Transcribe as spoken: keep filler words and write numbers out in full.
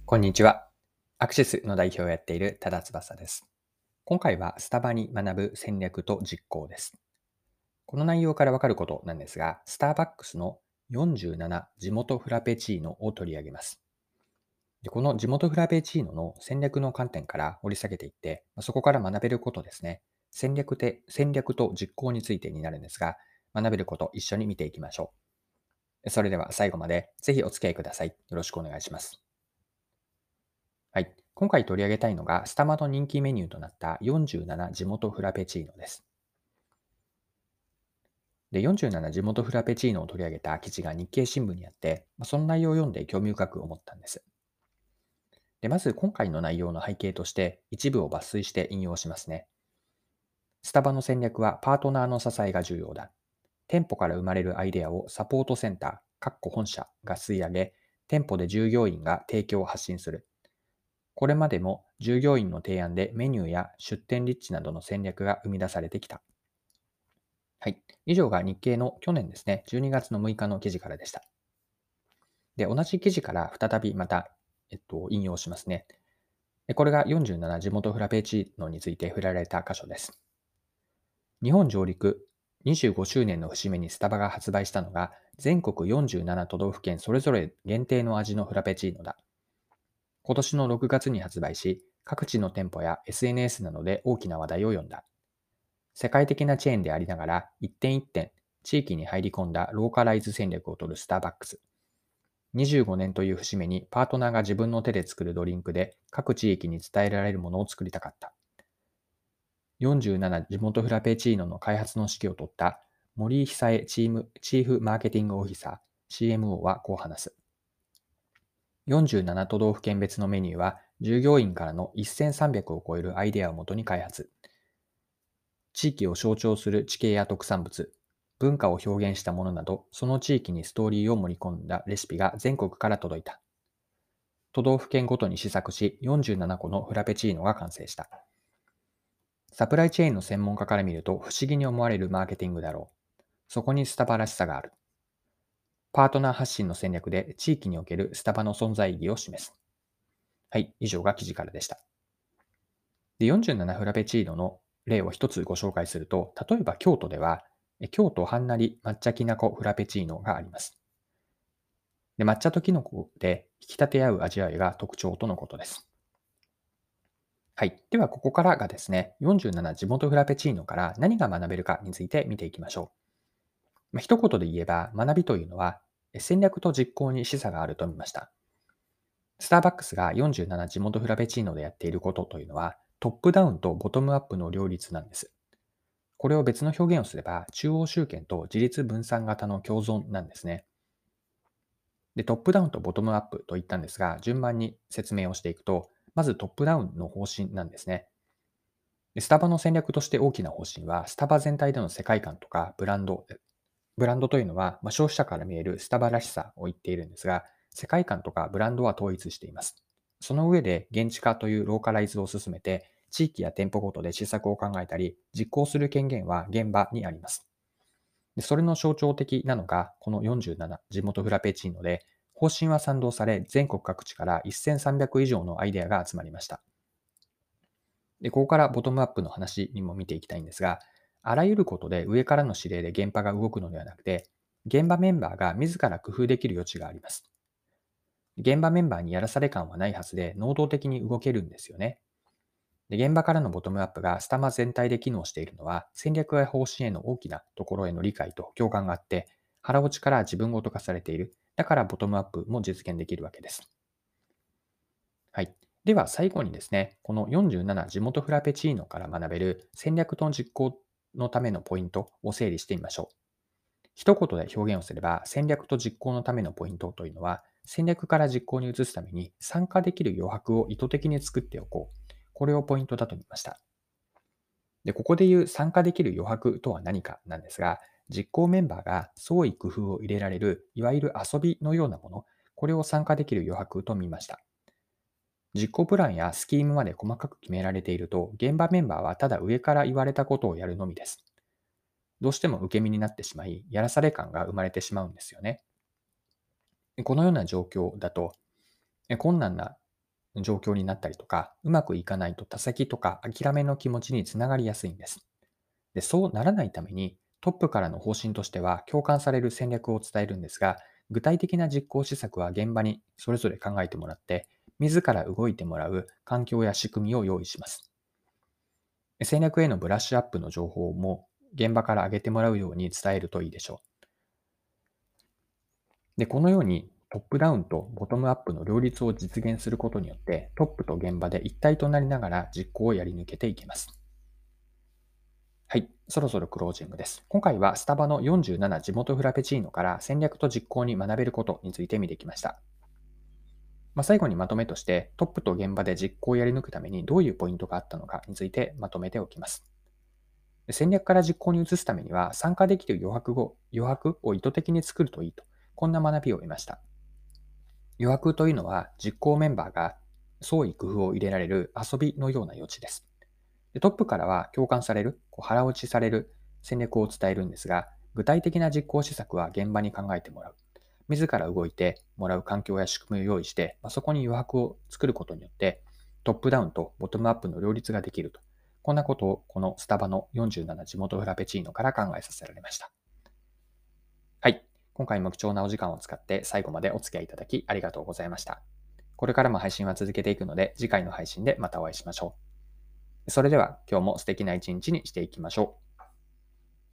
こんにちは。アクシスの代表をやっている多田翼です。今回はスタバに学ぶ戦略と実行です。この内容からわかることなんですが、スターバックスのよんじゅうなな地元フラペチーノを取り上げます。でこの地元フラペチーノの戦略の観点から掘り下げていって、そこから学べることですね。戦略て戦略と実行についてになるんですが、学べること一緒に見ていきましょう。それでは最後までぜひお付き合いください。よろしくお願いします。はい。今回取り上げたいのが、スタバの人気メニューとなったよんじゅうなな地元フラペチーノです。で、よんじゅうなな地元フラペチーノを取り上げた記事が日経新聞にあって、まあその内容を読んで興味深く思ったんです。で、まず今回の内容の背景として、一部を抜粋して引用しますね。スタバの戦略はパートナーの支えが重要だ。店舗から生まれるアイデアをサポートセンター、かっこ本社が吸い上げ、店舗で従業員が提供を発信する。これまでも従業員の提案でメニューや出店立地などの戦略が生み出されてきた。はい。以上が日経の去年ですね、じゅうにがつのむいかの記事からでした。で、同じ記事から再びまた、えっと、引用しますね。でこれがよんじゅうなな地元フラペチーノについて触れられた箇所です。日本上陸にじゅうごしゅうねんの節目にスタバが発売したのが、全国よんじゅうなな都道府県それぞれ限定の味のフラペチーノだ。今年のろくがつに発売し、各地の店舗や エスエヌエス などで大きな話題を呼んだ。世界的なチェーンでありながら、一点一点、地域に入り込んだローカライズ戦略を取るスターバックス。にじゅうごねんという節目にパートナーが自分の手で作るドリンクで各地域に伝えられるものを作りたかった。よんじゅうなな地元フラペチーノの開発の指揮を取った森井久恵チームチーフマーケティングオフィサー シーエムオー はこう話す。よんじゅうなな都道府県別のメニューは従業員からのせんさんびゃくを超えるアイデアをもとに開発。地域を象徴する地形や特産物、文化を表現したものなど、その地域にストーリーを盛り込んだレシピが全国から届いた。都道府県ごとに試作し、よんじゅうななこのフラペチーノが完成した。サプライチェーンの専門家から見ると不思議に思われるマーケティングだろう。そこにスタバらしさがある。パートナー発信の戦略で地域におけるスタバの存在意義を示す。はい、以上が記事からでした。で、よんじゅうななフラペチーノの例を一つご紹介すると、例えば京都では、京都はんなり抹茶きなこフラペチーノがあります。で、抹茶ときのこで引き立て合う味わいが特徴とのことです。はい。では、ここからがですね、よんじゅうなな地元フラペチーノから何が学べるかについて見ていきましょう。まあ、一言で言えば、学びというのは、戦略と実行に示唆があると見ました。スターバックスがよんじゅうなな地元フラペチーノでやっていることというのは、トップダウンとボトムアップの両立なんです。これを別の表現をすれば、中央集権と自立分散型の共存なんですね。で、トップダウンとボトムアップと言ったんですが、順番に説明をしていくと、まずトップダウンの方針なんですね。でスタバの戦略として大きな方針は、スタバ全体での世界観とかブランド、ブランドというのは、まあ、消費者から見えるスタバらしさを言っているんですが、世界観とかブランドは統一しています。その上で、現地化というローカライズを進めて、地域や店舗ごとで施策を考えたり、実行する権限は現場にあります。でそれの象徴的なのが、このよんじゅうなな地元フラペチーノで、方針は賛同され、全国各地からせんさんびゃく以上のアイデアが集まりました。で、ここからボトムアップの話にも見ていきたいんですが、あらゆることで上からの指令で現場が動くのではなくて、現場メンバーが自ら工夫できる余地があります。現場メンバーにやらされ感はないはずで、能動的に動けるんですよね。で現場からのボトムアップがスタマ全体で機能しているのは、戦略や方針への大きなところへの理解と共感があって、腹落ちから自分ごと化されている。だからボトムアップも実現できるわけです。はい。では最後にですね、このよんじゅうなな地元フラペチーノから学べる戦略と実行のためのポイントを整理してみましょう。一言で表現をすれば、戦略と実行のためのポイントというのは、戦略から実行に移すために参加できる余白を意図的に作っておこう。これをポイントだと見ました。で、ここで言う参加できる余白とは何かなんですが、実行メンバーが創意工夫を入れられる、いわゆる遊びのようなもの、これを参加できる余白と見ました。実行プランやスキームまで細かく決められていると、現場メンバーはただ上から言われたことをやるのみです。どうしても受け身になってしまい、やらされ感が生まれてしまうんですよね。このような状況だと、困難な状況になったりとか、うまくいかないと他責とか諦めの気持ちにつながりやすいんです。で、そうならないために、トップからの方針としては共感される戦略を伝えるんですが、具体的な実行施策は現場にそれぞれ考えてもらって、自ら動いてもらう環境や仕組みを用意します。戦略へのブラッシュアップの情報も現場から上げてもらうように伝えるといいでしょう。で、このようにトップダウンとボトムアップの両立を実現することによって、トップと現場で一体となりながら実行をやり抜けていきます。はい、そろそろクロージングです。今回はスタバのよんじゅうなな地元フラペチーノから戦略と実行に学べることについて見てきました。まあ、最後にまとめとして、トップと現場で実行をやり抜くためにどういうポイントがあったのかについてまとめておきます。戦略から実行に移すためには、参加できる余白を余白を意図的に作るといいと、こんな学びを得ました。余白というのは、実行メンバーが創意工夫を入れられる遊びのような余地です。でトップからは共感される、こう腹落ちされる戦略を伝えるんですが、具体的な実行施策は現場に考えてもらう。自ら動いてもらう環境や仕組みを用意して、まあ、そこに余白を作ることによって、トップダウンとボトムアップの両立ができると。こんなことをこのスタバのよんじゅうなな地元フラペチーノから考えさせられました。はい。今回も貴重なお時間を使って最後までお付き合いいただきありがとうございました。これからも配信は続けていくので、次回の配信でまたお会いしましょう。それでは今日も素敵な一日にしていきましょう。